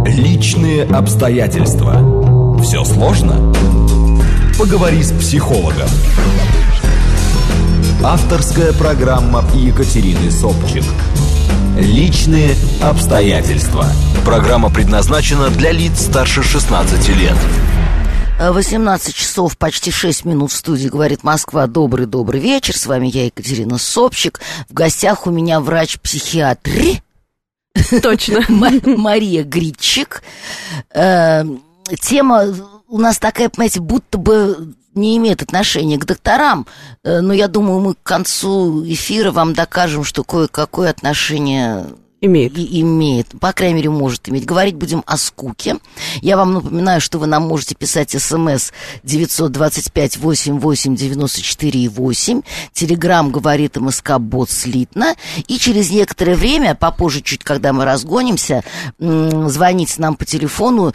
Личные обстоятельства. Все сложно? Поговори с психологом. Авторская программа Екатерины Собчик. Личные обстоятельства. Программа предназначена для лиц старше 16 лет. 18 часов, почти 6 минут в студии «Говорит Москва». Добрый вечер. С вами я, Екатерина Собчик. В гостях у меня врач-психиатр. Точно. Мария Гритчик. Тема у нас такая, понимаете, будто бы не имеет отношения к докторам, но я думаю, мы к концу эфира вам докажем, что кое-какое отношение имеет. По крайней мере, может иметь. Говорить будем о скуке. Я вам напоминаю, что вы нам можете писать смс 925-88-94-8. Телеграм говорит МСК-бот слитно. И через некоторое время, попозже чуть, когда мы разгонимся, звоните нам по телефону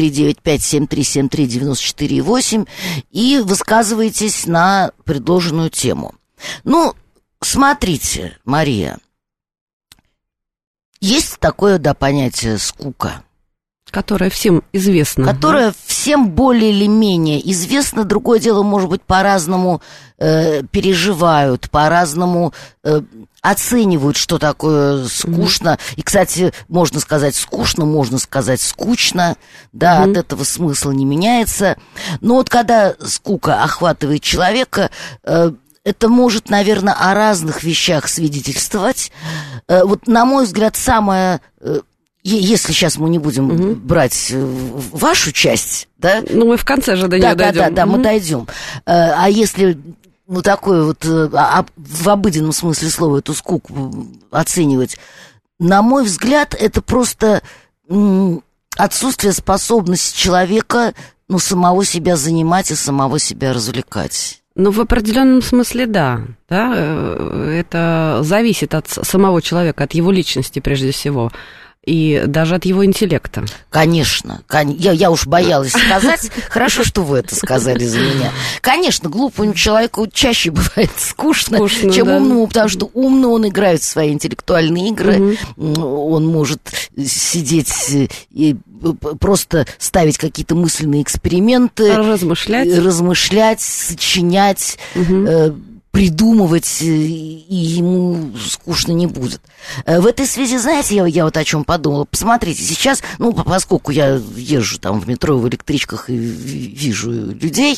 495-7373-94-8 и высказывайтесь на предложенную тему. Ну, смотрите, Мария. Есть такое, да, понятие скука. Которое всем известно. Которое всем более или менее известно. Другое дело, может быть, по-разному переживают, по-разному оценивают, что такое скучно. И, кстати, можно сказать скучно, можно сказать скучно. Да, от этого смысл не меняется. Но вот когда скука охватывает человека... Это может, наверное, о разных вещах свидетельствовать. Вот, на мой взгляд, самое... Если сейчас мы не будем брать вашу часть, да? Ну, мы в конце же до нее дойдем. Да, мы дойдем. А если, ну, такое вот в обыденном смысле слова эту скуку оценивать, на мой взгляд, это просто отсутствие способности человека, ну, самого себя занимать и самого себя развлекать. Ну, в определенном смысле, да. Это зависит от самого человека, от его личности прежде всего, и даже от его интеллекта. Конечно. Я уж боялась сказать. Хорошо, что вы это сказали за меня. Конечно, глупому человеку чаще бывает скучно, чем умному, потому что умный он играет в свои интеллектуальные игры, он может сидеть и просто ставить какие-то мысленные эксперименты, размышлять, сочинять, придумывать, и ему скучно не будет. В этой связи, знаете, я вот о чем подумала. Посмотрите, сейчас, ну, поскольку я езжу там в метро, в электричках и вижу людей,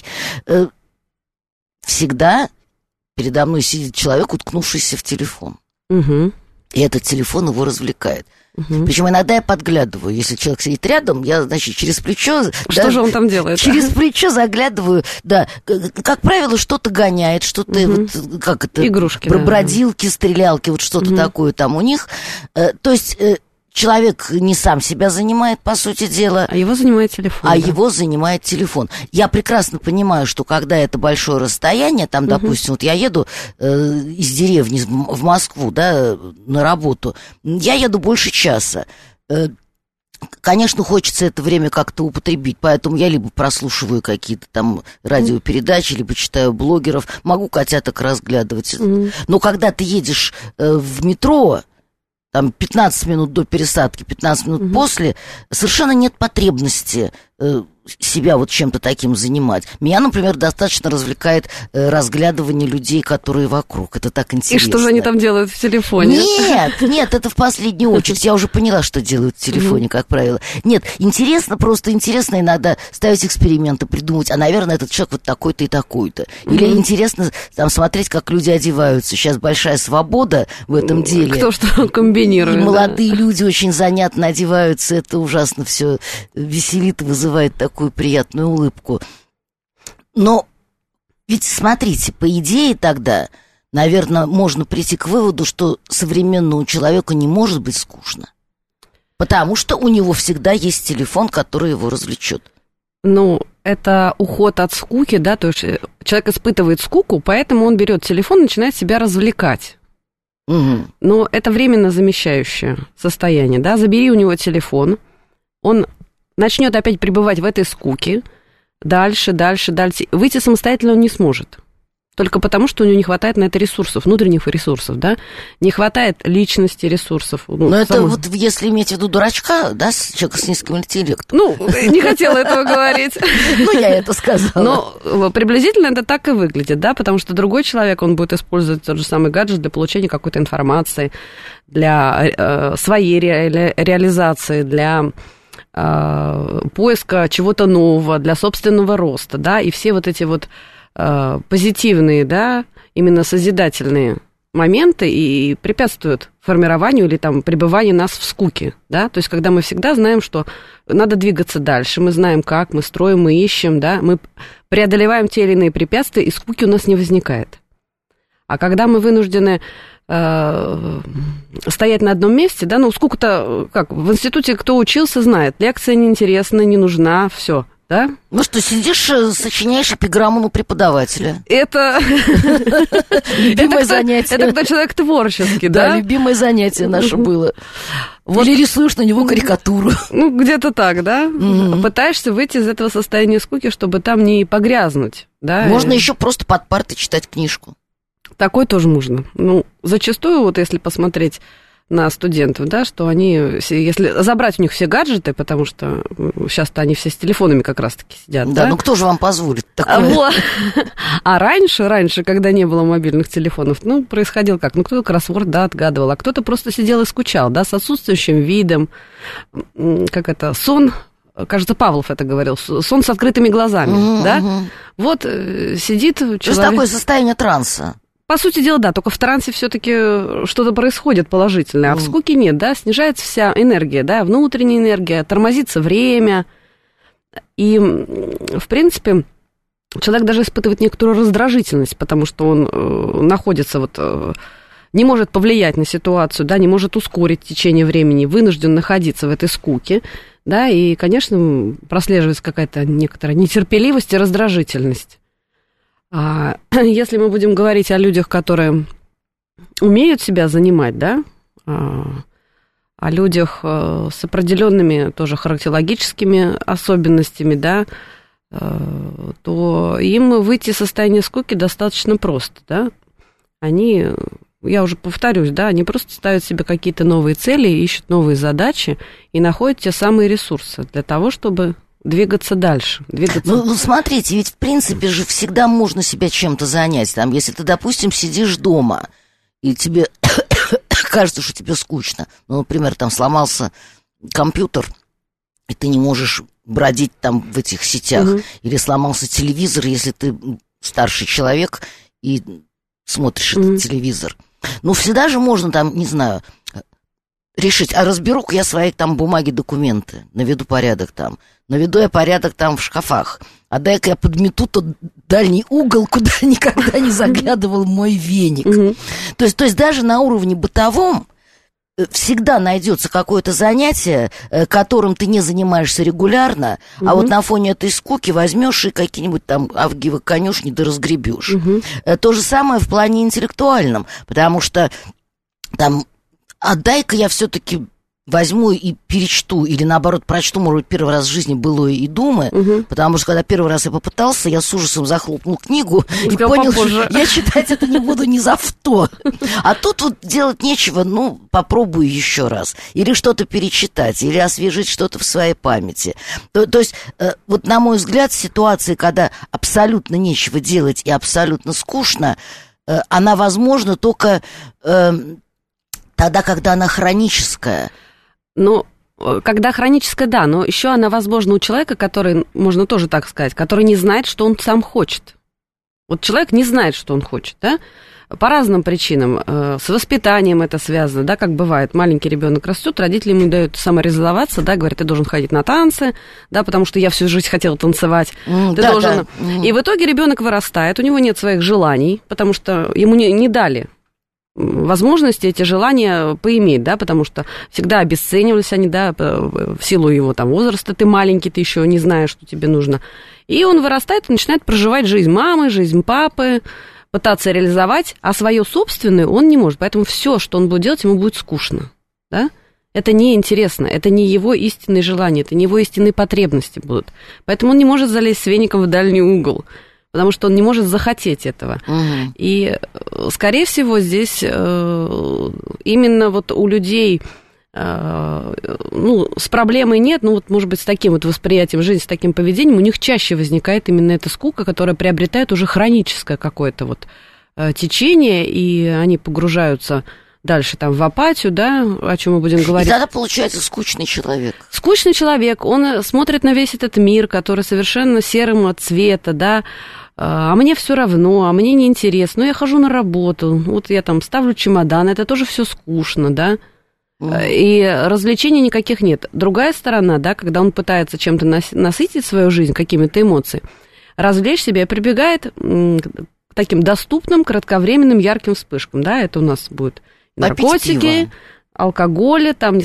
всегда передо мной сидит человек, уткнувшийся в телефон. И этот телефон его развлекает. Причем иногда я подглядываю. Если человек сидит рядом, я, значит, через плечо... Что же он там делает? Через плечо заглядываю, да. Как правило, что-то гоняет, что-то, вот, как это... Игрушки, бродилки, стрелялки, вот что-то такое там у них. То есть... Человек не сам себя занимает, по сути дела. А его занимает телефон. Его занимает телефон. Я прекрасно понимаю, что когда это большое расстояние, там, допустим, вот я еду из деревни в Москву, да, на работу, я еду больше часа. Конечно, хочется это время как-то употребить, поэтому я либо прослушиваю какие-то там радиопередачи, либо читаю блогеров, могу котяток разглядывать. Но когда ты едешь в метро... Там 15 минут до пересадки, 15 минут после, совершенно нет потребности себя вот чем-то таким занимать. Меня, например, достаточно развлекает разглядывание людей, которые вокруг. Это так интересно. И что же они там делают в телефоне? Нет, это в последнюю очередь. Я уже поняла, что делают в телефоне, как правило. Нет, просто интересно иногда ставить эксперименты, придумать, а, наверное, этот человек вот такой-то и такой-то. Или интересно там смотреть, как люди одеваются. Сейчас большая свобода в этом деле. Кто что комбинирует. И молодые люди очень занятно одеваются. Это ужасно все веселит и вызывает такую приятную улыбку. Но ведь смотрите, по идее тогда, наверное, можно прийти к выводу, что современному человеку не может быть скучно. Потому что у него всегда есть телефон, который его развлечет. Ну, это уход от скуки, да, то есть человек испытывает скуку, поэтому он берет телефон и начинает себя развлекать. Но это временно замещающее состояние, да, забери у него телефон, он начнет опять пребывать в этой скуке, дальше, выйти самостоятельно он не сможет. только потому, что у него не хватает на это ресурсов, внутренних ресурсов, да, не хватает личности ресурсов. Ну, но это вот если иметь в виду дурачка, да, человека с низким интеллектом. Ну, не хотела этого говорить. Ну, я это сказала. Но приблизительно это так и выглядит, да, потому что другой человек, он будет использовать тот же самый гаджет для получения какой-то информации, для своей реализации, для поиска чего-то нового, для собственного роста, да, и все вот эти вот позитивные, да, именно созидательные моменты и препятствуют формированию или там пребыванию нас в скуке, да, то есть когда мы всегда знаем, что надо двигаться дальше, мы знаем как, мы строим, мы ищем, да, мы преодолеваем те или иные препятствия, и скуки у нас не возникает. А когда мы вынуждены стоять на одном месте, да, ну, скука-то, как, в институте кто учился, знает, лекция неинтересна, не нужна, все. Да? Ну что, сидишь, сочиняешь эпиграмму преподавателя. Это любимое занятие. Это кто человек творческий, да? Да, любимое занятие наше было. Или рисуешь на него карикатуру. Ну, где-то так, да? Пытаешься выйти из этого состояния скуки, чтобы там не погрязнуть, да? Можно еще просто под партой читать книжку. Такое тоже можно. Ну, зачастую, вот если посмотреть на студентов, да, что они, если забрать у них все гаджеты, потому что сейчас-то они все с телефонами как раз-таки сидят. Да, ну кто же вам позволит такое? А раньше, когда не было мобильных телефонов, ну, происходило как? Ну, кто-то кроссворд, да, отгадывал, а кто-то просто сидел и скучал, да, с отсутствующим видом, как это, сон, кажется, Павлов это говорил, сон с открытыми глазами, да? Вот сидит человек... То есть такое состояние транса. По сути дела, да, только в трансе все-таки что-то происходит положительное, а в скуке нет, да, снижается вся энергия, да, внутренняя энергия, тормозится время, и, в принципе, человек даже испытывает некоторую раздражительность, потому что он находится вот, не может повлиять на ситуацию, да, не может ускорить течение времени, вынужден находиться в этой скуке, да, и, конечно, прослеживается какая-то некоторая нетерпеливость и раздражительность. А если мы будем говорить о людях, которые умеют себя занимать, да, о людях с определенными тоже характерологическими особенностями, да, то им выйти из состояния скуки достаточно просто, да. Они, я уже повторюсь, да, они просто ставят себе какие-то новые цели, ищут новые задачи и находят те самые ресурсы для того, чтобы двигаться дальше. Ну, смотрите, ведь в принципе же всегда можно себя чем-то занять. Там, если ты, допустим, сидишь дома, и тебе кажется, что тебе скучно. Ну, например, там сломался компьютер, и ты не можешь бродить там в этих сетях. Или сломался телевизор, если ты старший человек и смотришь этот телевизор. Ну, всегда же можно там, не знаю, решить, а разберу-ка я свои там бумаги, документы, наведу порядок там. Наведу я порядок там в шкафах. А дай-ка я подмету тот дальний угол, куда никогда не заглядывал мой веник. То есть даже на уровне бытовом всегда найдется какое-то занятие, которым ты не занимаешься регулярно, а вот на фоне этой скуки возьмешь и какие-нибудь там авгиевы конюшни да разгребешь. То же самое в плане интеллектуальном, потому что там, а дай-ка я все-таки возьму и перечту, или наоборот прочту, может быть, первый раз в жизни «Былое и думы», потому что когда первый раз я попытался, я с ужасом захлопнул книгу и понял, что я читать это не буду ни за что. А тут вот делать нечего, ну, попробую еще раз. Или что-то перечитать, или освежить что-то в своей памяти. То есть, вот на мой взгляд, ситуация, когда абсолютно нечего делать и абсолютно скучно, она возможна только тогда, когда она хроническая. Ну, когда хроническая, да, но еще она возможна у человека, который, можно тоже так сказать, который не знает, что он сам хочет. Вот человек не знает, что он хочет, да, по разным причинам. С воспитанием это связано, да, как бывает. Маленький ребенок растет, родители ему дают самореализоваться, да, говорят, ты должен ходить на танцы, да, потому что я всю жизнь хотела танцевать. Ты должен... И в итоге ребенок вырастает, у него нет своих желаний, потому что ему не дали возможности эти желания поиметь, да, потому что всегда обесценивались они, да, в силу его там возраста, ты маленький, ты еще не знаешь, что тебе нужно. И он вырастает и начинает проживать жизнь мамы, жизнь папы, пытаться реализовать, а свое собственное он не может. Поэтому все, что он будет делать, ему будет скучно, да. Это неинтересно, это не его истинные желания, это не его истинные потребности будут. Поэтому он не может залезть с веником в дальний угол. потому что он не может захотеть этого. И, скорее всего, здесь именно вот у людей, с проблемой нет, может быть, с таким вот восприятием жизни, с таким поведением, у них чаще возникает именно эта скука, которая приобретает уже хроническое какое-то вот течение, и они погружаются дальше там в апатию, да, о чем мы будем говорить. И тогда получается скучный человек. Скучный человек, он смотрит на весь этот мир, который совершенно серого цвета, да, а мне все равно, а мне неинтересно, я хожу на работу, вот я там ставлю чемодан, это тоже все скучно, да, и развлечений никаких нет. Другая сторона, да, когда он пытается чем-то насытить свою жизнь, какими-то эмоциями, развлечь себя и прибегает к таким доступным, кратковременным, ярким вспышкам, да, это у нас будет наркотики, алкоголь, там, не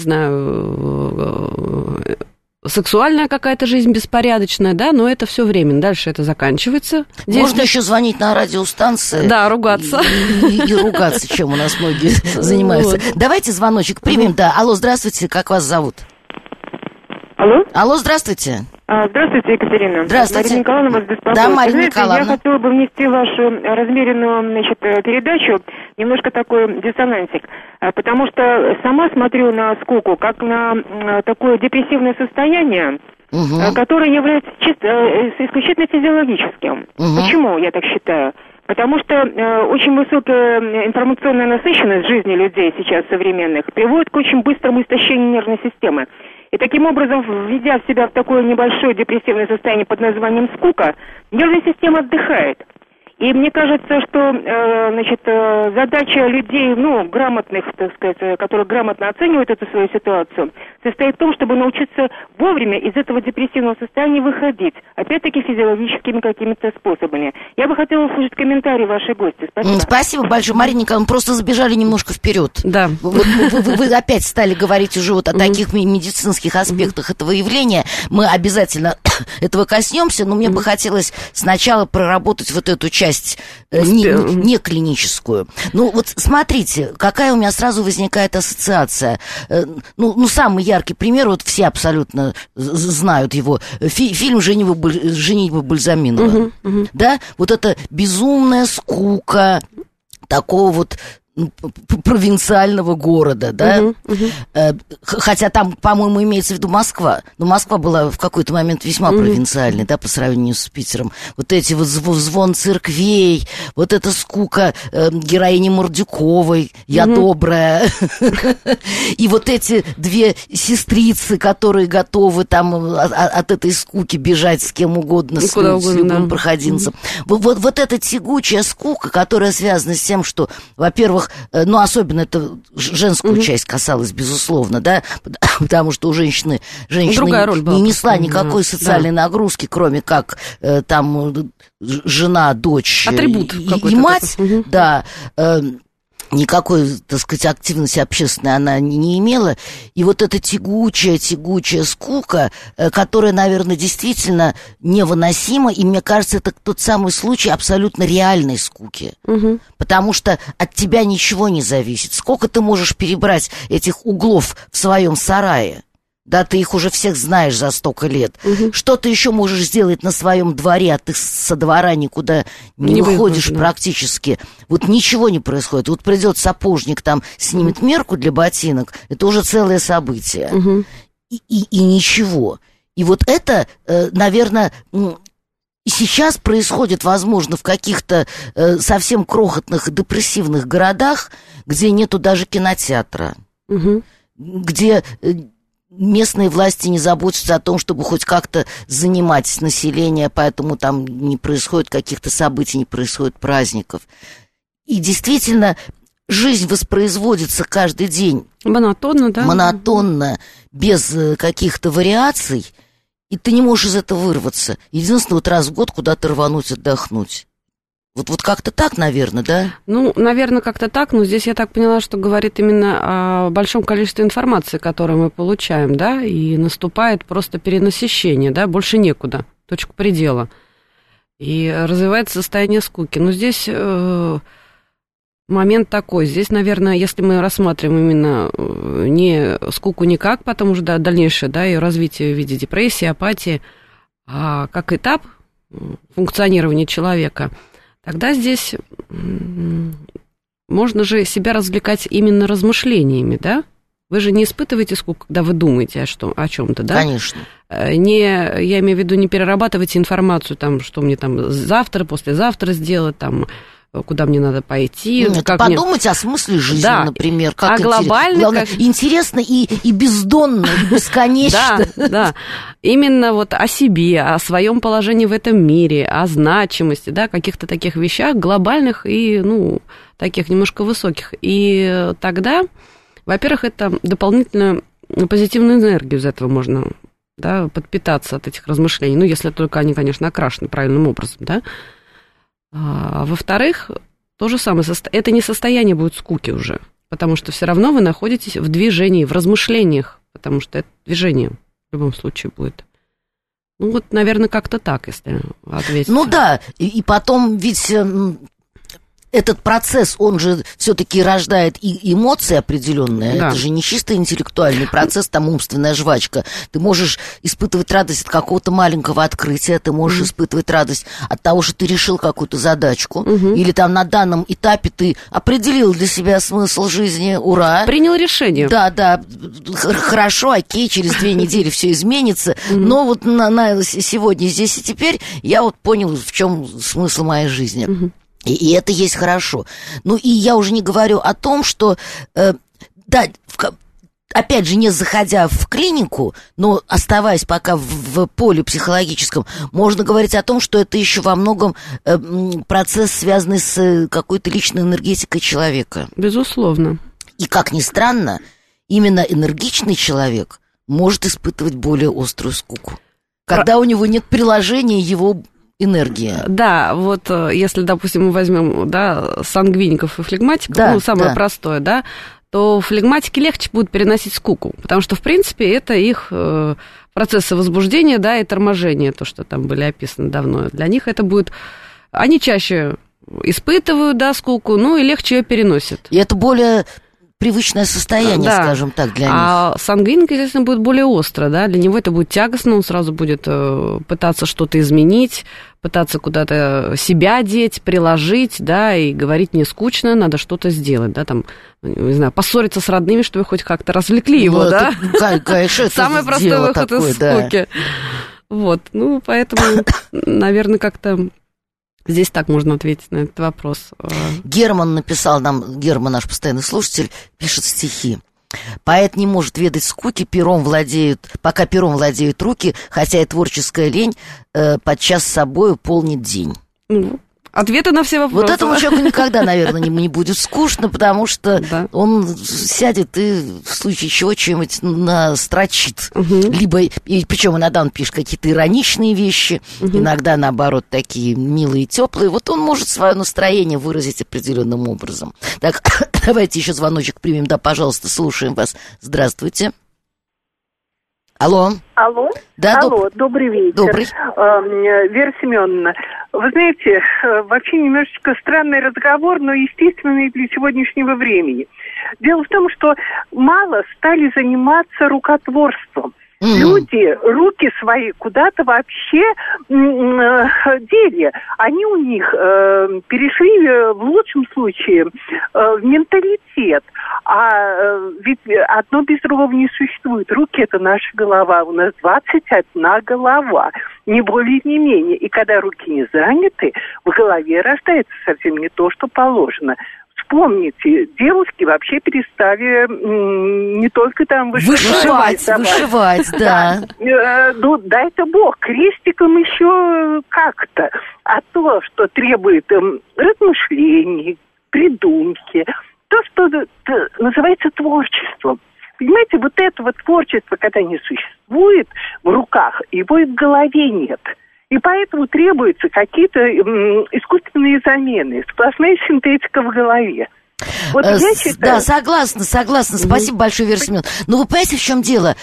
знаю, сексуальная какая-то жизнь беспорядочная, да, но это все временно. Дальше это заканчивается. Можно еще звонить на радиостанции. Да, ругаться. И ругаться, чем у нас многие занимаются. Давайте звоночек примем. Да, алло, здравствуйте, как вас зовут? Алло? Алло, здравствуйте. Здравствуйте, Екатерина. Здравствуйте. Марина Николаевна вас беспокоит. Да, Марина Знаете, Николаевна. я хотела бы внести в вашу размеренную, передачу немножко такой диссонансик, потому что сама смотрю на скуку как на такое депрессивное состояние, которое является исключительно физиологическим. Почему я так считаю? Потому что очень высокая информационная насыщенность жизни людей сейчас современных приводит к очень быстрому истощению нервной системы. И таким образом, введя себя в такое небольшое депрессивное состояние под названием скука, нервная система отдыхает. И мне кажется, что задача людей, грамотных, так сказать, которые грамотно оценивают эту свою ситуацию, состоит в том, чтобы научиться вовремя из этого депрессивного состояния выходить, опять-таки физиологическими какими-то способами. Я бы хотела услышать комментарии вашей гости. Спасибо. Спасибо большое, Марина Николаевна, просто забежали немножко вперед. Да. Вы опять стали говорить уже вот о таких медицинских аспектах этого явления. Мы обязательно этого коснемся, но мне бы хотелось сначала проработать вот эту часть не клиническую. Вот смотрите, какая у меня сразу возникает ассоциация. Самый яркий пример, вот все абсолютно знают его, фильм «Женитьба Бальзаминова». Да, вот эта безумная скука такого вот провинциального города, да, хотя там, по-моему, имеется в виду Москва, но Москва была в какой-то момент весьма провинциальной, да, по сравнению с Питером. Вот эти вот звон церквей, вот эта скука героини Мордюковой, я добрая, и вот эти две сестрицы, которые готовы там от этой скуки бежать с кем угодно, с любым проходимцем. Вот эта тягучая скука, которая связана с тем, что, во-первых, особенно это женскую часть касалось, безусловно, да, потому что у женщины не несла никакой социальной нагрузки, кроме как там жена, дочь и мать, да, никакой, так сказать, активности общественной она не имела. И вот эта тягучая скука, которая, наверное, действительно невыносима, и мне кажется, это тот самый случай абсолютно реальной скуки. Потому что от тебя ничего не зависит. Сколько ты можешь перебрать этих углов в своем сарае? Да, ты их уже всех знаешь за столько лет. Что ты еще можешь сделать на своем дворе, а ты со двора никуда не выходишь практически. Вот ничего не происходит. Вот придет сапожник, там снимет мерку для ботинок, это уже целое событие. И ничего. И вот это, наверное, сейчас происходит, возможно, в каких-то совсем крохотных депрессивных городах, где нету даже кинотеатра, где местные власти не заботятся о том, чтобы хоть как-то занимать население, поэтому там не происходит каких-то событий, не происходит праздников. И действительно, жизнь воспроизводится каждый день. Монотонно, да? Монотонно, без каких-то вариаций, и ты не можешь из этого вырваться. Единственное, вот раз в год куда-то рвануть, отдохнуть. Вот как-то так, наверное, да? Наверное, как-то так, но здесь я так поняла, что говорит именно о большом количестве информации, которую мы получаем, да, и наступает просто перенасыщение, да, больше некуда, точка предела. И развивается состояние скуки. Но здесь момент такой, здесь, наверное, если мы рассматриваем именно не скуку никак, потому что дальнейшее, да, ее развитие в виде депрессии, апатии, а как этап функционирования человека, тогда здесь можно же себя развлекать именно размышлениями, да? Вы же не испытываете скуку, когда вы думаете о чем-то, да? Конечно. Я имею в виду, не перерабатывайте информацию, там, что мне там завтра, послезавтра сделать, там, куда мне надо пойти. Подумать о смысле жизни, да, например. Как глобально... Главное, интересно и бездонно, и бесконечно. Да. Именно вот о себе, о своем положении в этом мире, о значимости, да, каких-то таких вещах глобальных и, таких немножко высоких. И тогда, во-первых, это дополнительную позитивную энергию из этого можно, да, подпитаться от этих размышлений. Если только они, конечно, окрашены правильным образом, да. А во-вторых, то же самое, это не состояние будет скуки уже, потому что все равно вы находитесь в движении, в размышлениях, потому что это движение в любом случае будет. Наверное, как-то так, если ответить. Да, и потом ведь... Этот процесс, он же все-таки рождает и эмоции определенные. Да. Это же не чисто интеллектуальный процесс, там умственная жвачка. Ты можешь испытывать радость от какого-то маленького открытия, ты можешь испытывать радость от того, что ты решил какую-то задачку, или там на данном этапе ты определил для себя смысл жизни, ура. Принял решение. Да, хорошо, окей, через 2 недели все изменится, но вот на сегодня, здесь и теперь я понял, в чем смысл моей жизни. И это есть хорошо. И я уже не говорю о том, что, опять же, не заходя в клинику, но оставаясь пока в поле психологическом, можно говорить о том, что это еще во многом процесс, связанный с какой-то личной энергетикой человека. Безусловно. И, как ни странно, именно энергичный человек может испытывать более острую скуку, когда у него нет приложения его энергия. Да, если, допустим, мы возьмем, сангвиников и флегматиков, самое простое, то флегматики легче будут переносить скуку, потому что, в принципе, это их процессы возбуждения, и торможения, то, что там были описаны давно. Для них это будет... Они чаще испытывают, скуку, и легче ее переносят. И это более... привычное состояние, скажем так, для них. А сангвиник, естественно, будет более остро, для него это будет тягостно, он сразу будет пытаться что-то изменить, пытаться куда-то себя деть, приложить, и говорить не скучно, надо что-то сделать, не знаю, поссориться с родными, чтобы хоть как-то развлекли его, Конечно, самый простой выход из скуки. Поэтому, наверное, как-то... Здесь так можно ответить на этот вопрос. Герман написал нам, Герман, наш постоянный слушатель, пишет стихи. Поэт не может ведать скуки, пока пером владеют руки, хотя и творческая лень подчас собою полнит день. Ответы на все вопросы. Этому человеку никогда, наверное, не будет скучно, потому что он сядет и в случае чего что-нибудь настрочит. Либо, причем иногда он пишет какие-то ироничные вещи, иногда, наоборот, такие милые, теплые. Он может свое настроение выразить определенным образом. Так, давайте еще звоночек примем. Да, пожалуйста, слушаем вас. Здравствуйте. Алло. Да, добрый вечер. Добрый. Вера Семеновна, вы знаете, вообще немножечко странный разговор, но естественный для сегодняшнего времени. Дело в том, что мало стали заниматься рукотворством. Люди руки свои куда-то вообще дели. Они у них перешли в лучшем случае в менталитет. А ведь одно без другого не существует. Руки – это наша голова. У нас 21 голова, не более, не менее. И когда руки не заняты, в голове рождается совсем не то, что положено. Вспомните, девушки вообще перестали не только там вышивать, да. Дай-то Бог, крестиком еще как-то. А то, что требует размышлений, придумки, то, что называется творчеством. Понимаете, этого творчества, когда не существует в руках, его и в голове нет. И поэтому требуются какие-то искусственные замены, сплошная синтетика в голове. Я считаю... Да, согласна. Спасибо большое, Вера Семеновна. Но вы понимаете, в чем дело?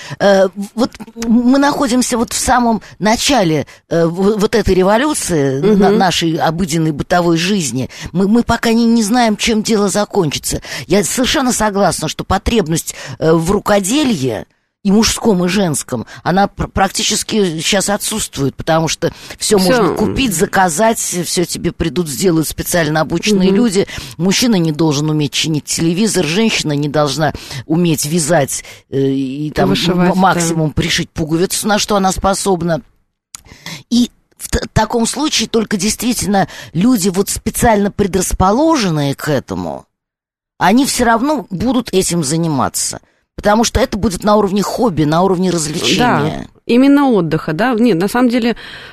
Мы находимся в самом начале этой революции нашей обыденной бытовой жизни. Мы пока не знаем, чем дело закончится. Я совершенно согласна, что потребность в рукоделье и мужском, и женском, она практически сейчас отсутствует, потому что все можно купить, заказать, все тебе придут, сделают специально обученные люди. Мужчина не должен уметь чинить телевизор, женщина не должна уметь вязать и там максимум пришить пуговицу, на что она способна. И в таком случае только действительно люди вот специально предрасположенные к этому, они все равно будут этим заниматься. Потому что это будет на уровне хобби, на уровне развлечения. Да, именно отдыха, да. Нет, на самом деле,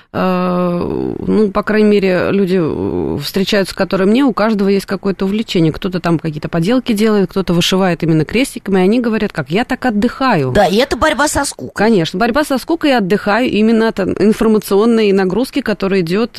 по крайней мере, люди встречаются, которые мне, у каждого есть какое-то увлечение. Кто-то там какие-то поделки делает, кто-то вышивает именно крестиками, и они говорят, как я так отдыхаю. Да, и это борьба со скукой. Конечно, борьба со скукой, и отдыхаю именно от информационной нагрузки, которая идет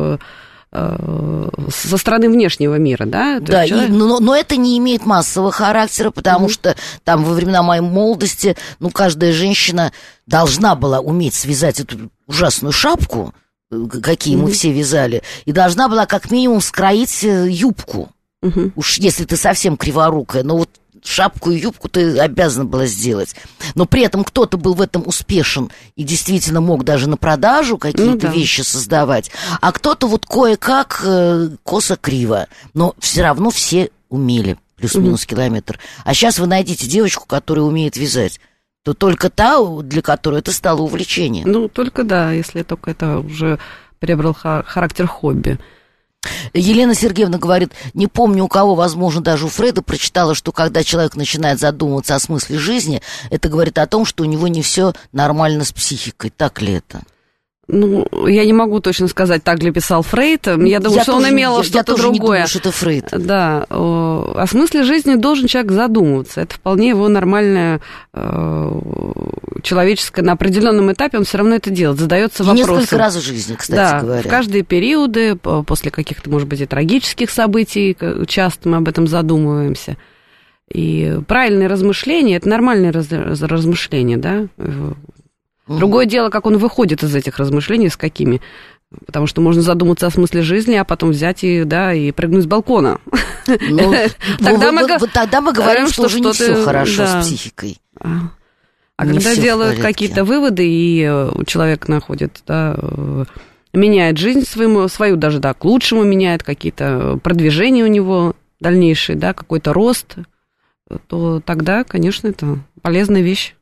со стороны внешнего мира, да? Да, но это не имеет массового характера, потому что там во времена моей молодости, каждая женщина должна была уметь связать эту ужасную шапку, какие мы все вязали, и должна была как минимум скроить юбку. Уж если ты совсем криворукая, но вот шапку и юбку ты обязана была сделать. Но при этом кто-то был в этом успешен и действительно мог даже на продажу какие-то вещи создавать, а кто-то вот кое-как косо-криво. Но все равно все умели плюс-минус километр. А сейчас вы найдите девочку, которая умеет вязать, то только та, для которой это стало увлечением. Только да, если только это уже приобрел характер хобби. Елена Сергеевна говорит, не помню у кого, возможно, даже у Фрейда, прочитала, что когда человек начинает задумываться о смысле жизни, это говорит о том, что у него не все нормально с психикой. Так ли это? Я не могу точно сказать, так ли писал Фрейд. Я думаю, что он имел что-то другое. Я тоже не думаю, что это Фрейд. Да. О смысле жизни должен человек задумываться. Это вполне его нормальное человеческое. На определенном этапе он все равно это делает. Задается вопросом. Несколько раз в жизни, кстати говоря. В каждые периоды, после каких-то, может быть, и трагических событий, часто мы об этом задумываемся. И правильные размышления – это нормальные размышления, да. Другое дело, как он выходит из этих размышлений, с какими. Потому что можно задуматься о смысле жизни, а потом взять и прыгнуть с балкона. Тогда мы говорим, что уже не все хорошо с психикой. А когда делают какие-то выводы, и человек находит, меняет жизнь свою даже, к лучшему меняет, какие-то продвижения у него дальнейшие, какой-то рост, то тогда, конечно, это полезная вещь.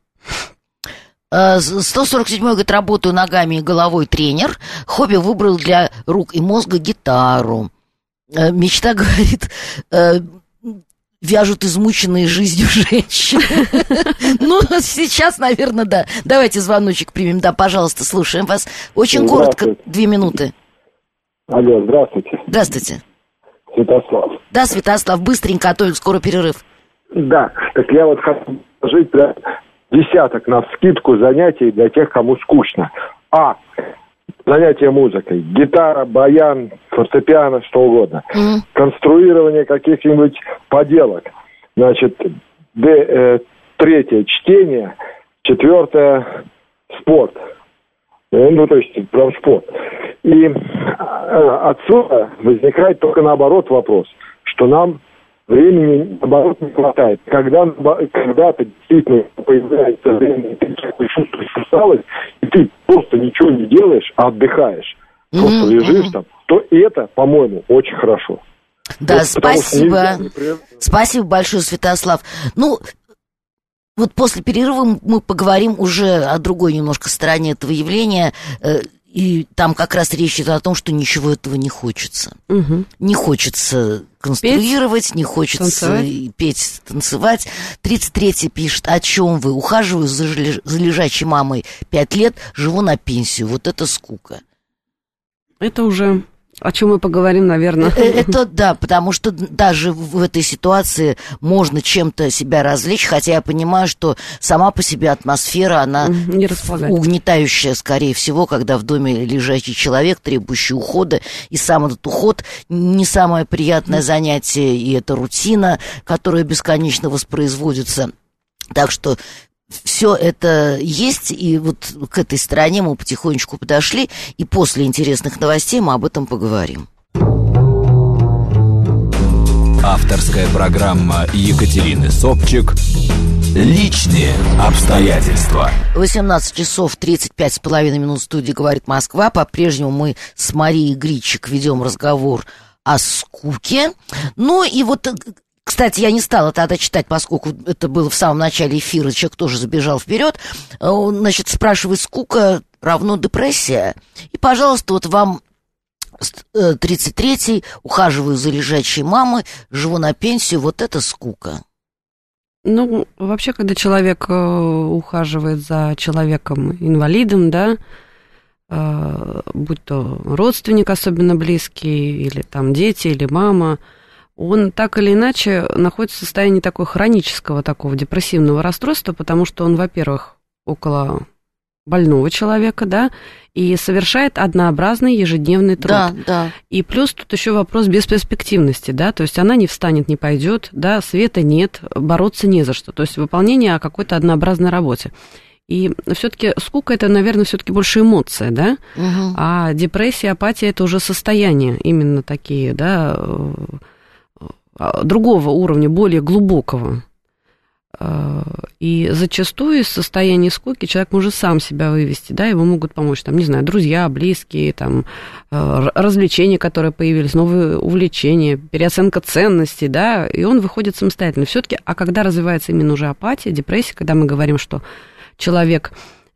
147-й говорит, работаю ногами и головой тренер. Хобби выбрал для рук и мозга гитару. Мечта, говорит, вяжут измученные жизнью женщины. Сейчас, наверное, да. Давайте звоночек примем. Да, пожалуйста, слушаем вас. Очень коротко, 2 минуты. Алло, здравствуйте. Здравствуйте. Святослав. Да, Святослав, быстренько, а то скоро перерыв. Да, так я вот хочу предложить прям 10 навскидку занятий для тех, кому скучно. Занятия музыкой. Гитара, баян, фортепиано, что угодно. Конструирование каких-нибудь поделок. Значит, 3 чтение, 4 спорт. То есть прям спорт. И отсюда возникает только наоборот вопрос, что нам времени, наоборот, не хватает. Когда-то действительно появляется время, и ты чувствуешь усталость, и ты просто ничего не делаешь, а отдыхаешь. Просто лежишь там, то это, по-моему, очень хорошо. Да, спасибо. Спасибо большое, Святослав. Вот после перерыва мы поговорим уже о другой немножко стороне этого явления. И там как раз речь идет о том, что ничего этого не хочется. Не хочется конструировать, не хочется петь, танцевать. 33-й пишет, о чем вы? Ухаживаю за лежачей мамой 5 лет, живу на пенсию. Вот это скука. Это уже... О чем мы поговорим, наверное. Это да, потому что даже в этой ситуации можно чем-то себя развлечь, хотя я понимаю, что сама по себе атмосфера, она угнетающая, скорее всего, когда в доме лежачий человек, требующий ухода, и сам этот уход не самое приятное занятие, и это рутина, которая бесконечно воспроизводится. Так что все это есть, и вот к этой стороне мы потихонечку подошли, и после интересных новостей мы об этом поговорим. Авторская программа Екатерины Собчик «Личные обстоятельства». 18 часов 35,5 минут в студии «Говорит Москва». По-прежнему мы с Марией Гридчик ведем разговор о скуке. Ну и вот, кстати, я не стала тогда читать, поскольку это было в самом начале эфира, человек тоже забежал вперед. Значит, спрашивает, скука равно депрессия. И, пожалуйста, вот вам 33-й, ухаживаю за лежачей мамой, живу на пенсию, вот это скука. Ну, вообще, когда человек ухаживает за человеком-инвалидом, да, будь то родственник особенно близкий, или там дети, или мама, он так или иначе находится в состоянии такого хронического, такого депрессивного расстройства, потому что он, во-первых, около больного человека, да, и совершает однообразный ежедневный труд. Да, да. И плюс тут еще вопрос бесперспективности, да, то есть она не встанет, не пойдет, да, света нет, бороться не за что, то есть выполнение какой-то однообразной работе. И все-таки скука — это, наверное, все-таки больше эмоция, да, а депрессия, апатия — это уже состояние, именно такие, да, другого уровня, более глубокого. И зачастую из состояния скуки человек может сам себя вывести, да, ему могут помочь, там, не знаю, друзья, близкие, там, развлечения, которые появились, новые увлечения, переоценка ценностей, да, и он выходит самостоятельно. Все-таки, а когда развивается именно уже апатия, депрессия, когда мы говорим, что человек,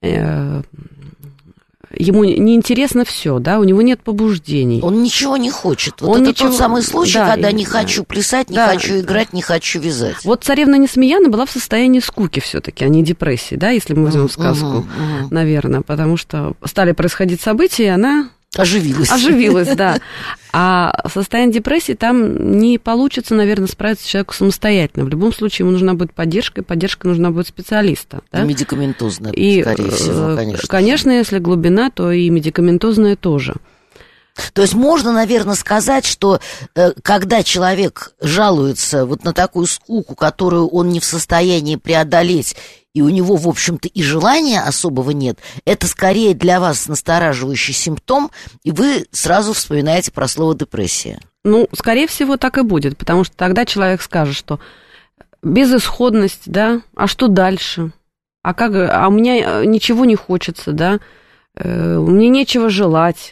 ему неинтересно все, да, у него нет побуждений. Он ничего не хочет. Вот это тот самый случай, да, когда не хочу плясать, не хочу играть, не хочу вязать. Вот царевна Несмеяна была в состоянии скуки все-таки, а не депрессии, да, если мы возьмем сказку, наверное, потому что стали происходить события, и она... Оживилась, да. А в состоянии депрессии там не получится, наверное, справиться человеку самостоятельно. В любом случае ему нужна будет поддержка, и поддержка нужна будет специалиста. Да? Медикаментозная, скорее всего, конечно. Конечно, если глубина, то и медикаментозная тоже. То есть можно, наверное, сказать, что когда человек жалуется вот на такую скуку, которую он не в состоянии преодолеть, и у него, в общем-то, и желания особого нет, это скорее для вас настораживающий симптом, и вы сразу вспоминаете про слово депрессия. Ну, скорее всего, так и будет, потому что тогда человек скажет, что безысходность, да, а что дальше? А у меня ничего не хочется, да, мне нечего желать.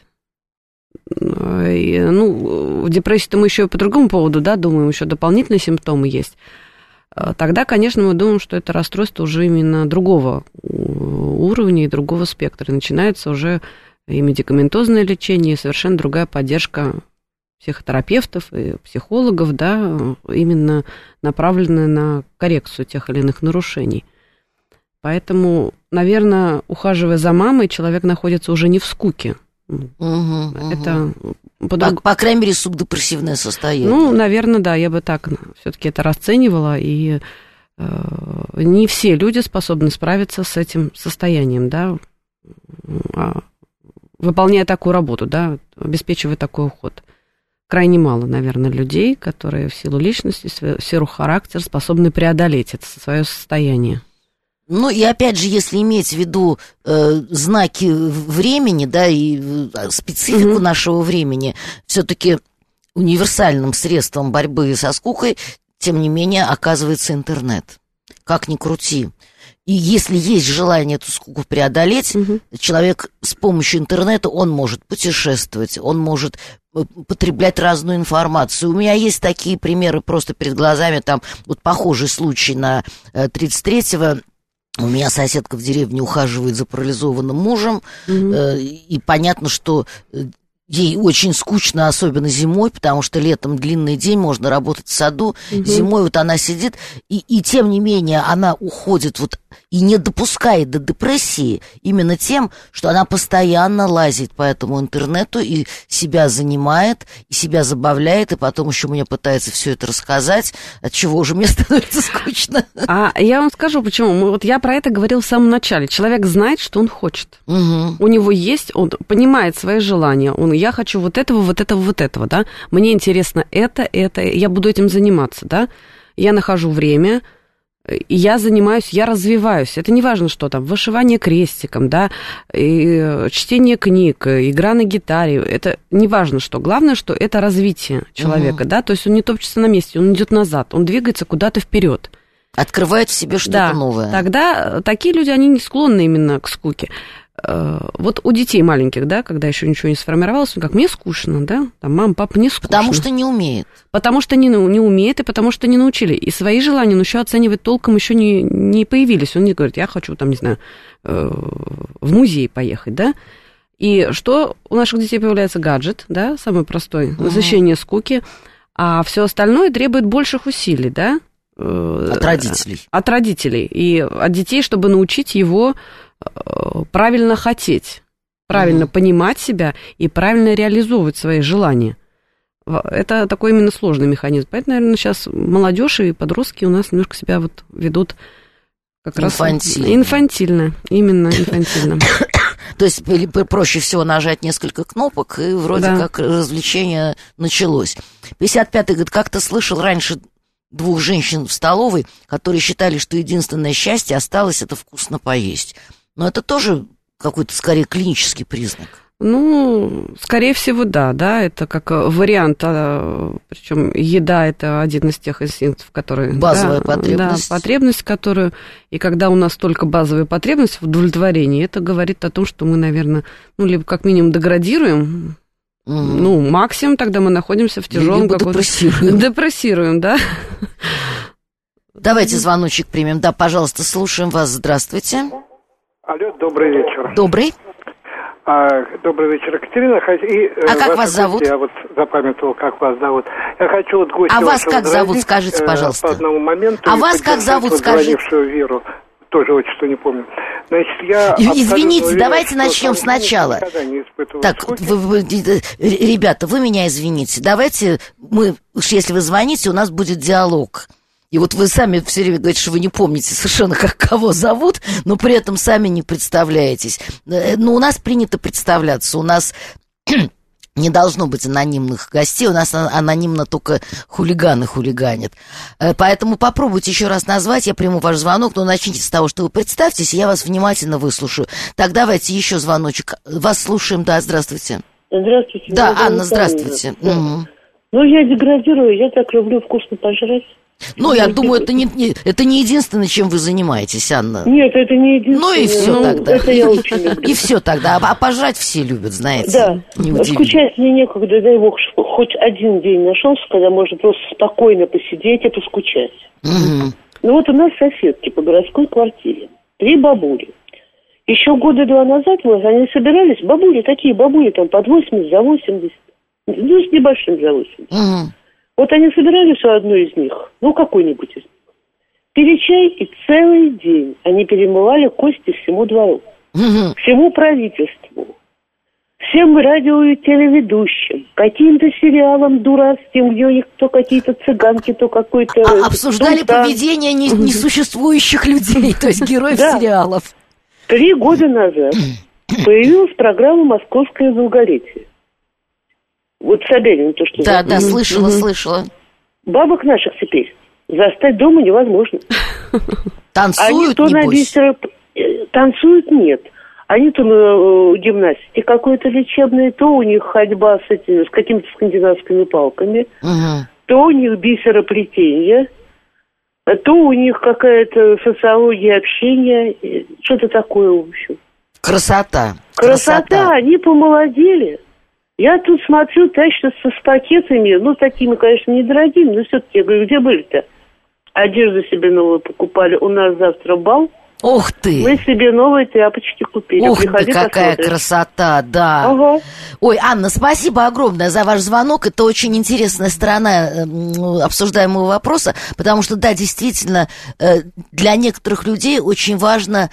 Ну, в депрессии-то мы еще и по другому поводу, да, думаем, еще дополнительные симптомы есть. Тогда, конечно, мы думаем, что это расстройство уже именно другого уровня и другого спектра. И начинается уже и медикаментозное лечение, и совершенно другая поддержка психотерапевтов и психологов, да, именно направленная на коррекцию тех или иных нарушений. Поэтому, наверное, ухаживая за мамой, человек находится уже не в скуке. Это... По крайней мере, субдепрессивное состояние. Ну, наверное, да, я бы так все-таки это расценивала, и не все люди способны справиться с этим состоянием, да, выполняя такую работу, да, обеспечивая такой уход. Крайне мало, наверное, людей, которые в силу личности, в силу характера способны преодолеть это свое состояние. Ну, и опять же, если иметь в виду знаки времени, да, и специфику нашего времени, все-таки универсальным средством борьбы со скукой, тем не менее, оказывается интернет. Как ни крути. И если есть желание эту скуку преодолеть, человек с помощью интернета, он может путешествовать, он может потреблять разную информацию. У меня есть такие примеры просто перед глазами, там вот похожий случай на 33-го. У меня соседка в деревне ухаживает за парализованным мужем, и понятно, что ей очень скучно, особенно зимой, потому что летом длинный день, можно работать в саду, зимой вот она сидит, и тем не менее она уходит вот и не допускает до депрессии именно тем, что она постоянно лазит по этому интернету и себя занимает, и себя забавляет, и потом еще мне пытается все это рассказать, от чего уже мне становится скучно. А я вам скажу, почему. Вот я про это говорила в самом начале. Человек знает, что он хочет. У него есть, он понимает свои желания. Я хочу вот этого, вот этого, вот этого, да. Мне интересно это, я буду этим заниматься, да. Я нахожу время, я занимаюсь, я развиваюсь. Это не важно, что там, вышивание крестиком, да, и чтение книг, игра на гитаре. Это не важно, что. Главное, что это развитие человека, да, то есть он не топчется на месте, он идет назад, он двигается куда-то вперед. Открывает в себе что-то новое. Тогда такие люди, они не склонны именно к скуке. Вот у детей маленьких, да, когда еще ничего не сформировалось, как мне скучно, да, там, мама, папа, мне скучно. Потому что не умеет. Потому что не умеет, и потому что не научили. И свои желания он еще оценивать толком еще не появились. Он не говорит, я хочу, там, не знаю, в музей поехать, да. И что у наших детей появляется? Гаджет, да, самый простой, насыщение скуки, а все остальное требует больших усилий, да. От родителей. От родителей. И от детей, чтобы научить его правильно хотеть, правильно понимать себя и правильно реализовывать свои желания. Это такой именно сложный механизм. Поэтому, наверное, сейчас молодежь и подростки у нас немножко себя вот ведут как раз инфантильно. Именно инфантильно. То есть проще всего нажать несколько кнопок, и вроде как развлечение началось. 55-й говорит, как-то слышал раньше 2 женщин в столовой, которые считали, что единственное счастье осталось это вкусно поесть. Но это тоже какой-то, скорее, клинический признак. Ну, скорее всего, да, это как вариант, причем еда – это один из тех инстинктов, которые… Базовая потребность. Да, потребность, которую… И когда у нас только базовая потребность в удовлетворении, это говорит о том, что мы, наверное, либо как минимум деградируем, максимум тогда мы находимся в тяжелом каком-то… Депрессируем, да. Давайте звоночек примем. Да, пожалуйста, слушаем вас. Здравствуйте. Алло, добрый вечер. Добрый. Добрый вечер, Екатерина. Как вас зовут? Я вот запамятовал, как вас зовут. Я хочу вот гостя. А вас как зовут, скажите, пожалуйста. По одному моменту. А вас как зовут, скажите. Веру. Тоже отчество не помню. Значит, я извините, уверен, давайте начнем сначала. Так, ребята, вы меня извините. Давайте если вы звоните, у нас будет диалог. И вот вы сами все время говорите, что вы не помните совершенно, как кого зовут, но при этом сами не представляетесь. Но у нас принято представляться. У нас не должно быть анонимных гостей, у нас анонимно только хулиганы хулиганят. Поэтому попробуйте еще раз назвать, я приму ваш звонок, но начните с того, что вы представьтесь, и я вас внимательно выслушаю. Так, давайте еще звоночек. Вас слушаем, да, здравствуйте. Здравствуйте. Да, Анна, здравствуйте. Да. Угу. Я деградирую, я так люблю вкусно пожрать. Я думаю, это не единственное, чем вы занимаетесь, Анна. Нет, это не единственное. И все тогда. Это я очень люблю. И все тогда. А пожрать все любят, знаете. Да. Скучать мне некогда, дай бог, хоть один день нашелся, когда можно просто спокойно посидеть и поскучать. Угу. Вот у нас соседки по городской квартире. 3 бабули. Еще года 2 назад они собирались, такие бабули там под 80, за 80. С небольшим за 80. Угу. Вот они собирались у одной из них, какой-нибудь из них, пили чай, и целый день они перемывали кости всему двору, всему правительству, всем радио и телеведущим, каким-то сериалам дурацким, где у них то какие-то цыганки, то какой-то… обсуждали поведение несуществующих людей, то есть героев сериалов. 3 года назад появилась программа «Московское долголетие». Вот Собянин, то, что… Да, слышала. Бабок наших теперь застать дома невозможно. Танцуют, небось? Танцуют, нет. Они то на гимнастике какой-то лечебной, то у них ходьба с какими-то скандинавскими палками, то у них бисероплетение, то у них какая-то социология общения, что-то такое, в общем. Красота. Они помолодели. Я тут смотрю, тащатся с пакетами, такими, конечно, недорогими, но все-таки, я говорю, где были-то? Одежду себе новую покупали, у нас завтра бал. Ух ты! Мы себе новые тряпочки купили. Ух ты, какая красота, да. Ага. Ой, Анна, спасибо огромное за ваш звонок. Это очень интересная сторона обсуждаемого вопроса, потому что, да, действительно, для некоторых людей очень важно,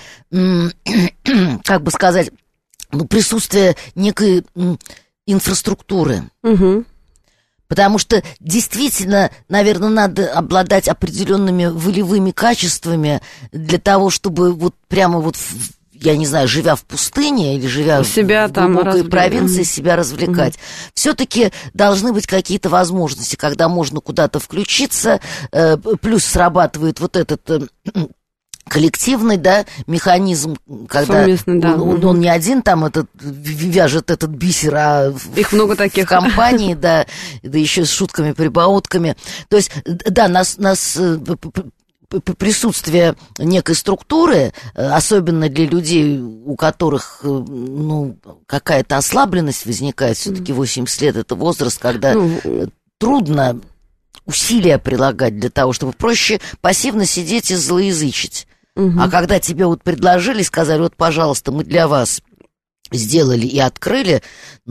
как бы сказать, присутствие некой инфраструктуры. Угу. Потому что действительно, наверное, надо обладать определенными волевыми качествами для того, чтобы прямо я не знаю, живя в пустыне или живя себя в глубокой провинции, себя развлекать. Все-таки должны быть какие-то возможности, когда можно куда-то включиться, плюс срабатывает вот этот коллективный, да, механизм, когда он не один там вяжет этот бисер, а их много таких в компании, да еще с шутками, прибаутками. То есть, да, нас присутствие некой структуры, особенно для людей, у которых, какая-то ослабленность возникает, все-таки 80 лет это возраст, когда трудно усилия прилагать для того, чтобы проще пассивно сидеть и злоязычить. А когда тебе вот предложили, сказали, вот, пожалуйста, мы для вас сделали и открыли,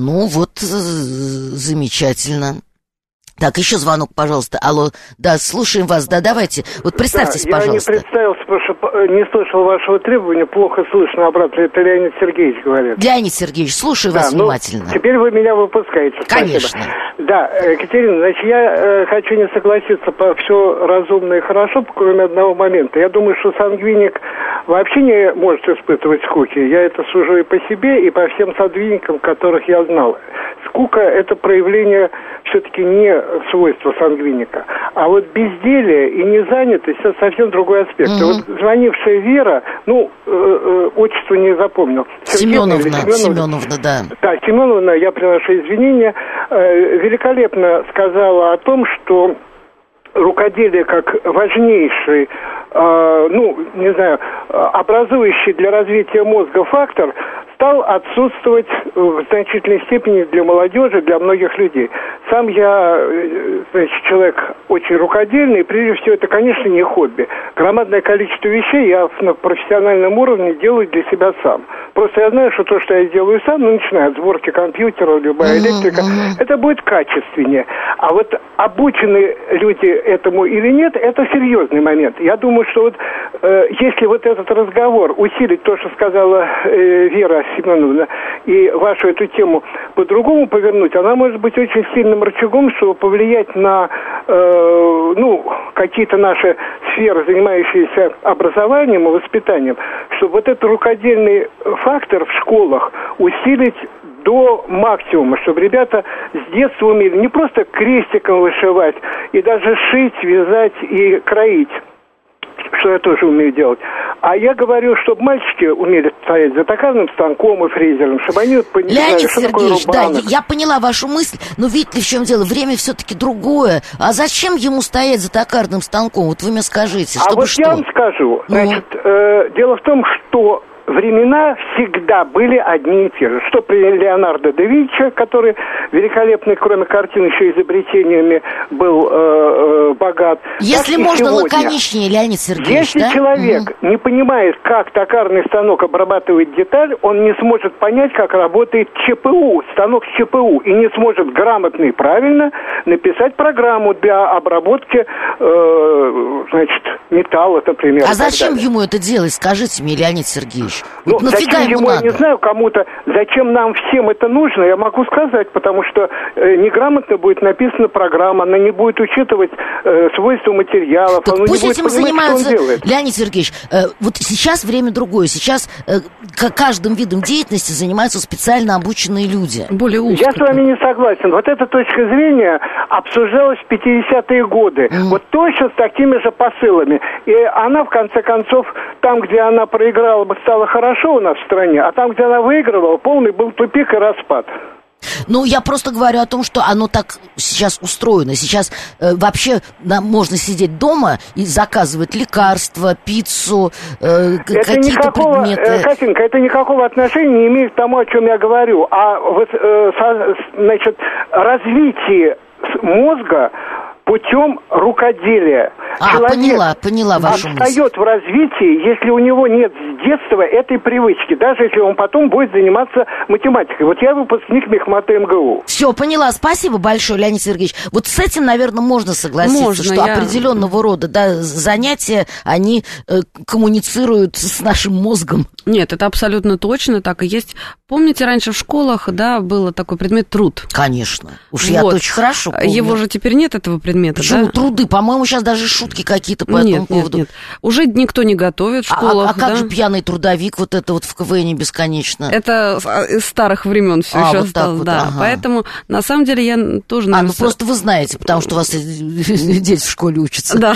замечательно. Так, еще звонок, пожалуйста. Алло, да, слушаем вас, да, давайте. Вот представьтесь, пожалуйста. Я не представился, потому что не слышал вашего требования, плохо слышно обратно. Это Леонид Сергеевич говорит. Леонид Сергеевич, слушаю вас внимательно. Теперь вы меня выпускаете. Конечно. Спасибо. Да, Екатерина, значит, я хочу не согласиться по все разумно и хорошо, кроме одного момента. Я думаю, что сангвиник вообще не может испытывать скуки. Я это сужу и по себе, и по всем сангвиникам, которых я знал. Скука – это проявление все-таки не свойства сангвиника. А вот безделие и незанятость – это совсем другой аспект. Вот звонившая Вера, отчество не запомнил. Семеновна, да. Да, Семеновна, я приношу извинения, великолепно сказала о том, что рукоделие как важнейший, образующий для развития мозга фактор, стал отсутствовать в значительной степени для молодежи, для многих людей. Сам я, человек очень рукодельный, и прежде всего это, конечно, не хобби. Громадное количество вещей я на профессиональном уровне делаю для себя сам. Просто я знаю, что то, что я делаю сам, начиная от сборки компьютера, любая электрика, это будет качественнее. А вот обучены люди этому или нет, это серьезный момент. Я думаю, что если вот этот разговор усилить то, что сказала Вера Семеновна, и вашу эту тему по-другому повернуть, она может быть очень сильным рычагом, чтобы повлиять на какие-то наши сферы, занимающиеся образованием и воспитанием, чтобы вот этот рукодельный фактор в школах усилить до максимума, чтобы ребята с детства умели не просто крестиком вышивать, и даже шить, вязать и кроить, что я тоже умею делать. А я говорю, чтобы мальчики умели стоять за токарным станком и фрезером, чтобы они понимали, Леонид что Сергеевич, такое рубанок. да, я поняла вашу мысль, но видите ли, в чем дело? Время все-таки другое. А зачем ему стоять за токарным станком? Вот вы мне скажите, чтобы что? Я вам скажу. Значит, дело в том, что времена всегда были одни и те же. Что при Леонардо да Винчи, который великолепный, кроме картин, еще изобретениями был богат. Если можно сегодня, лаконичнее, Леонид Сергеевич, если человек не понимает, как токарный станок обрабатывает деталь, он не сможет понять, как работает ЧПУ, станок с ЧПУ, и не сможет грамотно и правильно написать программу для обработки, металла, например. А зачем ему это делать, скажите мне, Леонид Сергеевич? Зачем ему, я не знаю, кому-то, зачем нам всем это нужно, я могу сказать, потому что неграмотно будет написана программа, она не будет учитывать свойства материалов, так она пусть не будет этим понимать, занимаются, что он делает. Леонид Сергеевич, вот сейчас время другое, сейчас каждым видом деятельности занимаются специально обученные люди. Более узко. Я с вами не согласен. Вот эта точка зрения обсуждалась в 50-е годы. Вот точно с такими же посылами. И она, в конце концов, там, где она проиграла, стало хорошо у нас в стране, а там, где она выигрывала, полный был тупик и распад. Я просто говорю о том, что оно так сейчас устроено. Сейчас вообще можно сидеть дома и заказывать лекарства, пиццу, какие-то предметы. Катенька, это никакого отношения не имеет к тому, о чем я говорю. А вот, развитие мозга путем рукоделия. Человек поняла вашу мысль. Отстает в развитии, если у него нет с детства этой привычки, даже если он потом будет заниматься математикой. Вот я выпускник мехмата МГУ. Все, поняла. Спасибо большое, Леонид Сергеевич. Вот с этим, наверное, можно согласиться, что определенного рода занятия, они коммуницируют с нашим мозгом. Нет, это абсолютно точно так и есть. Помните, раньше в школах, да, был такой предмет труд? Конечно. Уж я очень хорошо помню. Его же теперь нет, этого предмета, почему да? Труды? По-моему, сейчас даже шутки какие-то по этому поводу. Нет. Уже никто не готовит в школах. А как же пьяный трудовик, вот это вот в КВН бесконечно? Это из старых времен все еще вот осталось, вот, да. ага. Поэтому, на самом деле, я тоже, наверное... просто вы знаете, потому что у вас дети в школе учатся. Да.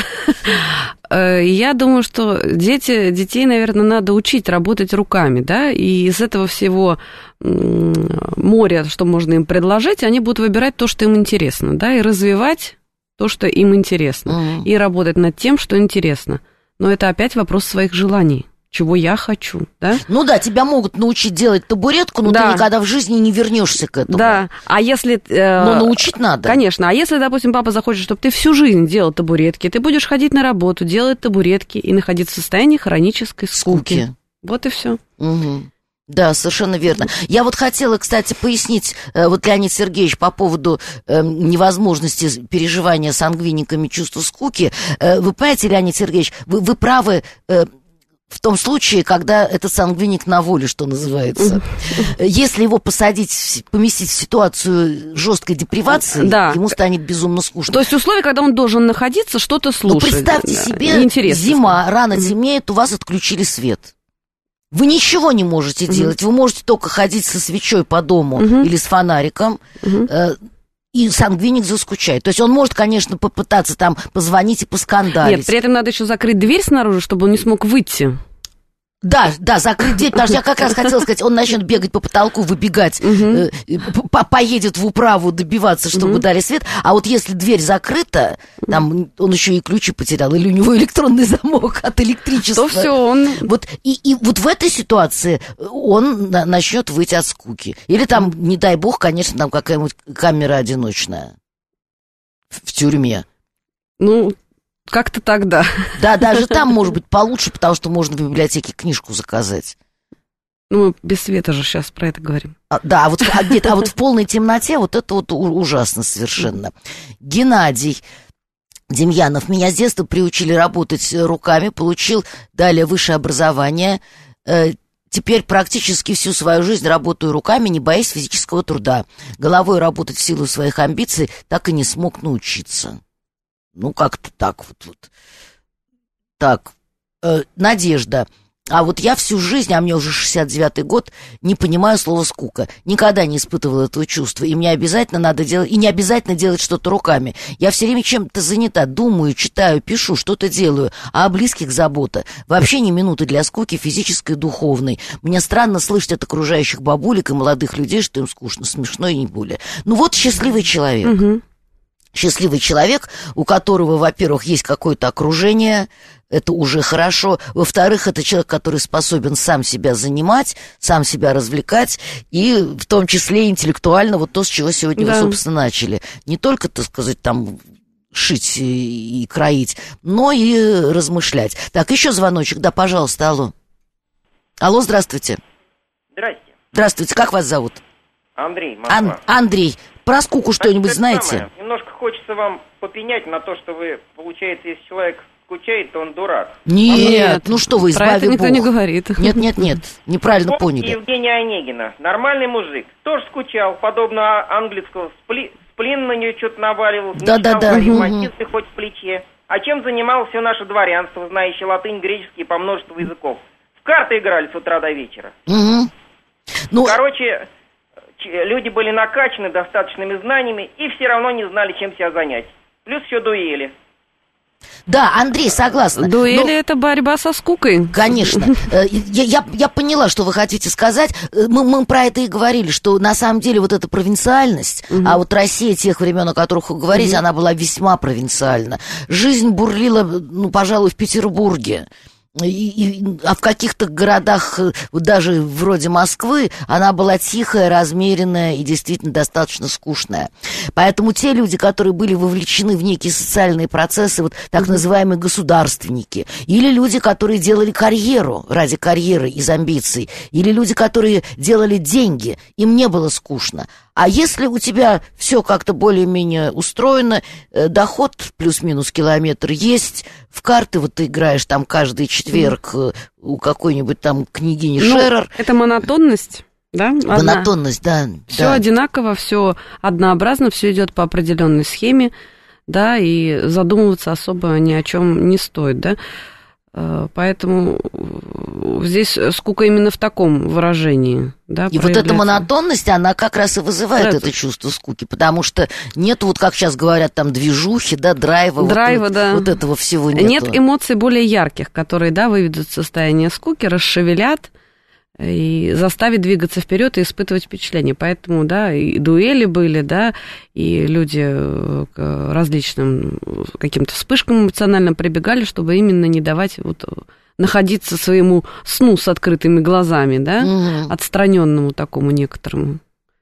Я думаю, что детей, наверное, надо учить работать руками, да, и из этого всего моря, что можно им предложить, они будут выбирать то, что им интересно, да, и развивать то, что им интересно, и работать над тем, что интересно. Но это опять вопрос своих желаний. Чего я хочу, да? Ну да, тебя могут научить делать табуретку, но ты никогда в жизни не вернешься к этому. Да, а если... Но научить надо. Конечно, а если, допустим, папа захочет, чтобы ты всю жизнь делал табуретки, ты будешь ходить на работу, делать табуретки и находиться в состоянии хронической скуки. Вот и все. Угу. Да, совершенно верно. Я вот хотела, кстати, пояснить, вот Леонид Сергеевич, по поводу невозможности переживания сангвиниками чувства скуки. Вы понимаете, Леонид Сергеевич, вы правы... в том случае, когда этот сангвиник на воле, что называется. Если его поместить в ситуацию жесткой депривации, ему станет безумно скучно. То есть условия, когда он должен находиться, что-то слушать. Ну, представьте себе, зима, рано темнеет, у вас отключили свет. Вы ничего не можете делать, вы можете только ходить со свечой по дому или с фонариком, и сангвиник заскучает. То есть он может, конечно, попытаться там позвонить и поскандалить. Нет, при этом надо еще закрыть дверь снаружи, чтобы он не смог выйти. Да, закрыть дверь, потому что я как раз хотела сказать, он начнет бегать по потолку, выбегать, поедет в управу добиваться, чтобы дали свет, а вот если дверь закрыта, там он еще и ключи потерял, или у него электронный замок от электричества. То все он... Вот, и вот в этой ситуации он начнет выйти от скуки. Или там, не дай бог, конечно, там какая-нибудь камера одиночная в тюрьме. Ну... Как-то так, да. Да, даже там может быть получше, потому что можно в библиотеке книжку заказать. Ну, мы без света же сейчас про это говорим. А вот в полной темноте вот это вот ужасно совершенно. Геннадий Демьянов. Меня с детства приучили работать руками, получил далее высшее образование. Теперь практически всю свою жизнь работаю руками, не боясь физического труда. Головой работать в силу своих амбиций так и не смог научиться. Ну, как-то так вот. Так, Надежда. А вот я всю жизнь, а мне уже 69-й год, не понимаю слова «скука». Никогда не испытывала этого чувства. И мне обязательно надо делать, и не обязательно делать что-то руками. Я все время чем-то занята, думаю, читаю, пишу, что-то делаю. А о близких забота. Вообще ни минуты для скуки физической и духовной. Мне странно слышать от окружающих бабулек и молодых людей, что им скучно, смешно и не более. Ну вот счастливый человек. Угу. Счастливый человек, у которого, во-первых, есть какое-то окружение, это уже хорошо. Во-вторых, это человек, который способен сам себя занимать, сам себя развлекать, и в том числе интеллектуально, вот то, с чего сегодня вы, собственно, начали. Не только, так сказать, там шить и кроить, но и размышлять. Так, еще звоночек, да, пожалуйста, алло. Алло, здравствуйте. Здрасте. Здравствуйте, как вас зовут? Андрей, Москва. Андрей, про скуку что-нибудь знаете? Немножко хочется вам попенять на то, что вы, получается, если человек скучает, то он дурак. Нет, ну что вы, избави Бог. Про это никто не говорит. Нет, неправильно поняли. Евгения Онегина, нормальный мужик, тоже скучал, подобно английскому, сплин на нее что-то наваливал, да. Матисты хоть в плече. А чем занималось все наше дворянство, знающее латынь, греческий по множеству языков? В карты играли с утра до вечера. Ну, короче, люди были накачаны достаточными знаниями и все равно не знали, чем себя занять. Плюс еще дуэли. Да, Андрей, согласна. Дуэли — это борьба со скукой. Конечно. Я поняла, что вы хотите сказать. Мы про это и говорили, что на самом деле вот эта провинциальность, а вот Россия тех времен, о которых вы говорите, она была весьма провинциальна. Жизнь бурлила, ну, пожалуй, в Петербурге. А в каких-то городах, даже вроде Москвы, она была тихая, размеренная и действительно достаточно скучная. Поэтому те люди, которые были вовлечены в некие социальные процессы, вот так называемые государственники, или люди, которые делали карьеру ради карьеры из амбиций, или люди, которые делали деньги, им не было скучно. А если у тебя все как-то более-менее устроено, доход плюс-минус километр есть, в карты вот ты играешь там каждый четверг у какой-нибудь там княгини Шерер. Это монотонность. Да? Монотонность, да. Все одинаково, все однообразно, все идет по определенной схеме, да, и задумываться особо ни о чем не стоит, да. Поэтому здесь скука именно в таком выражении, да, и вот эта монотонность, она как раз и вызывает это чувство скуки, потому что нет, вот как сейчас говорят, там, движухи, да, драйва, да. Вот этого всего нету. Нет эмоций более ярких, которые, да, выведут состояние скуки, расшевелят и заставят двигаться вперед и испытывать впечатление. Поэтому, да, и дуэли были, да, и люди к различным каким-то вспышкам эмоционально прибегали, чтобы именно не давать вот находиться своему сну с открытыми глазами, да, отстраненному такому некоторому.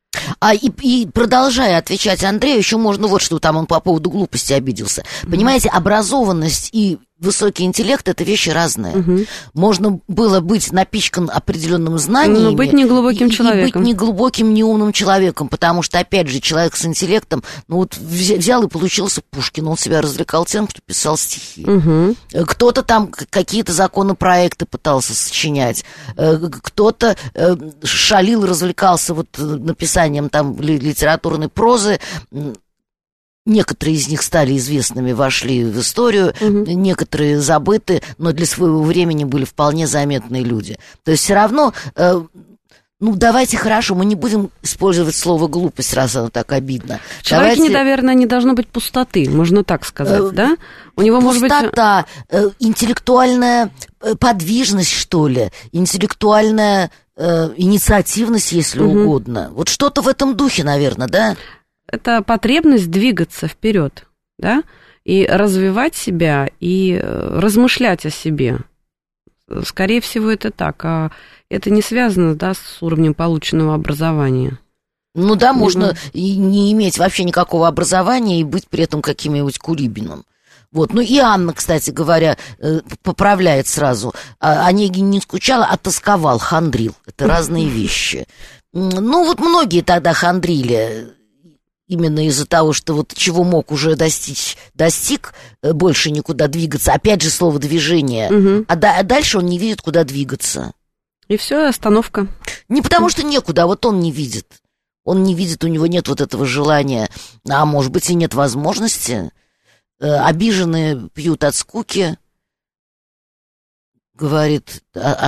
И продолжая отвечать Андрею, еще можно вот что там он по поводу глупости обиделся. Понимаете, образованность и высокий интеллект — это вещи разные. Можно было быть напичкан определенным знаниями, но быть неглубоким человеком. И быть неглубоким, неумным человеком, потому что, опять же, человек с интеллектом, ну вот взял и получился Пушкин, он себя развлекал тем, что писал стихи. Кто-то там какие-то законопроекты пытался сочинять, кто-то шалил, развлекался вот написанием там литературной прозы. Некоторые из них стали известными, вошли в историю, некоторые забыты, но для своего времени были вполне заметные люди. То есть все равно, ну давайте хорошо, мы не будем использовать слово глупость, раз оно так обидно. В человеке, наверное, не должно быть пустоты, можно так сказать, да? У него пустота, может быть... интеллектуальная подвижность, что ли, интеллектуальная инициативность, если угодно. Вот что-то в этом духе, наверное, да? Это потребность двигаться вперед, да, и развивать себя, и размышлять о себе. Скорее всего, это так, а это не связано, да, с уровнем полученного образования. Ну да, можно и не иметь вообще никакого образования и быть при этом каким-нибудь Кулибиным. Вот. Ну и Анна, кстати говоря, поправляет сразу. Онегин не скучал, а тосковал, хандрил. Это разные вещи. Ну вот многие тогда хандрили. Именно из-за того, что вот чего мог уже достиг, больше никуда двигаться. Опять же слово движение. А дальше он не видит, куда двигаться. И все, остановка. Не потому что некуда, а вот он не видит. Он не видит, у него нет вот этого желания, а может быть и нет возможности. Обиженные пьют от скуки, говорит,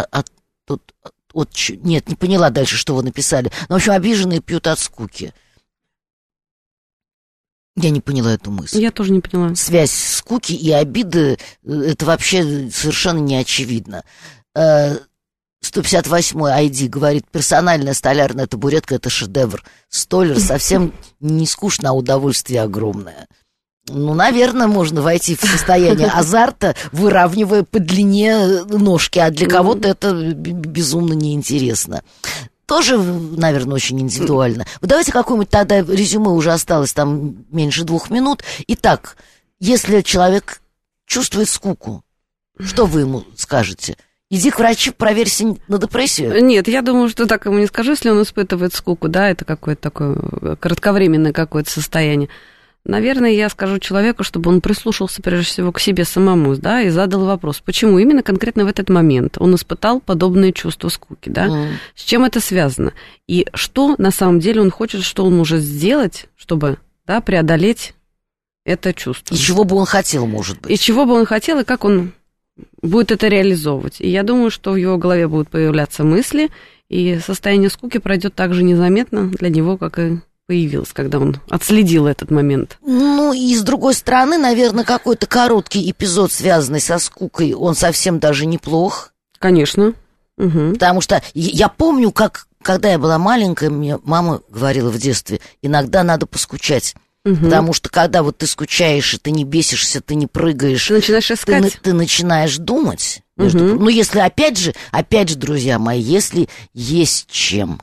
нет, не поняла дальше, что вы написали. Ну, в общем, обиженные пьют от скуки. Я не поняла эту мысль. Я тоже не поняла. Связь скуки и обиды, это вообще совершенно не очевидно. 158-й ID говорит, персональная столярная табуретка — это шедевр. Столер совсем не скучно, а удовольствие огромное. Ну, наверное, можно войти в состояние азарта, выравнивая по длине ножки, а для кого-то это безумно неинтересно. Тоже, наверное, очень индивидуально. Вот давайте какое-нибудь тогда резюме, уже осталось там меньше 2 минут. Итак, если человек чувствует скуку, что вы ему скажете? Иди к врачу, проверься на депрессию? Нет, я думаю, что так ему не скажу, если он испытывает скуку, да, это какое-то такое кратковременное какое-то состояние. Наверное, я скажу человеку, чтобы он прислушался прежде всего к себе самому, да, и задал вопрос, почему именно конкретно в этот момент он испытал подобные чувства скуки, да, с чем это связано, и что на самом деле он хочет, что он может сделать, чтобы, да, преодолеть это чувство. И чего бы он хотел, может быть. И чего бы он хотел, и как он будет это реализовывать. И я думаю, что в его голове будут появляться мысли, и состояние скуки пройдет так же незаметно для него, как и появилась, когда он отследил этот момент. Ну, и с другой стороны, наверное, какой-то короткий эпизод, связанный со скукой, он совсем даже неплох. Конечно. Потому что я помню, как, когда я была маленькая, мне мама говорила в детстве, иногда надо поскучать. Потому что когда вот ты скучаешь, и ты не бесишься, ты не прыгаешь, ты начинаешь искать. Ты начинаешь думать. Ну, если, опять же, друзья мои, если есть чем...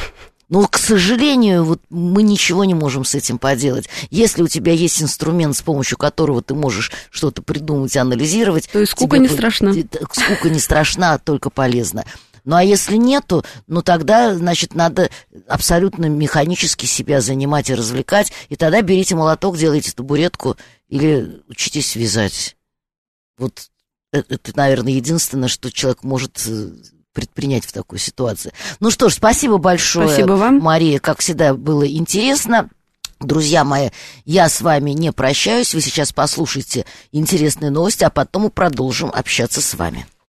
Но, к сожалению, вот мы ничего не можем с этим поделать. Если у тебя есть инструмент, с помощью которого ты можешь что-то придумать, анализировать... То есть скука не страшна. Скука не страшна, а только полезна. Ну, а если нету, ну, тогда, значит, надо абсолютно механически себя занимать и развлекать. И тогда берите молоток, делайте табуретку или учитесь вязать. Вот это, наверное, единственное, что человек может предпринять в такой ситуации. Ну что ж, спасибо большое, спасибо вам, Мария. Как всегда, было интересно. Друзья мои, я с вами не прощаюсь. Вы сейчас послушайте интересные новости, а потом мы продолжим общаться с вами.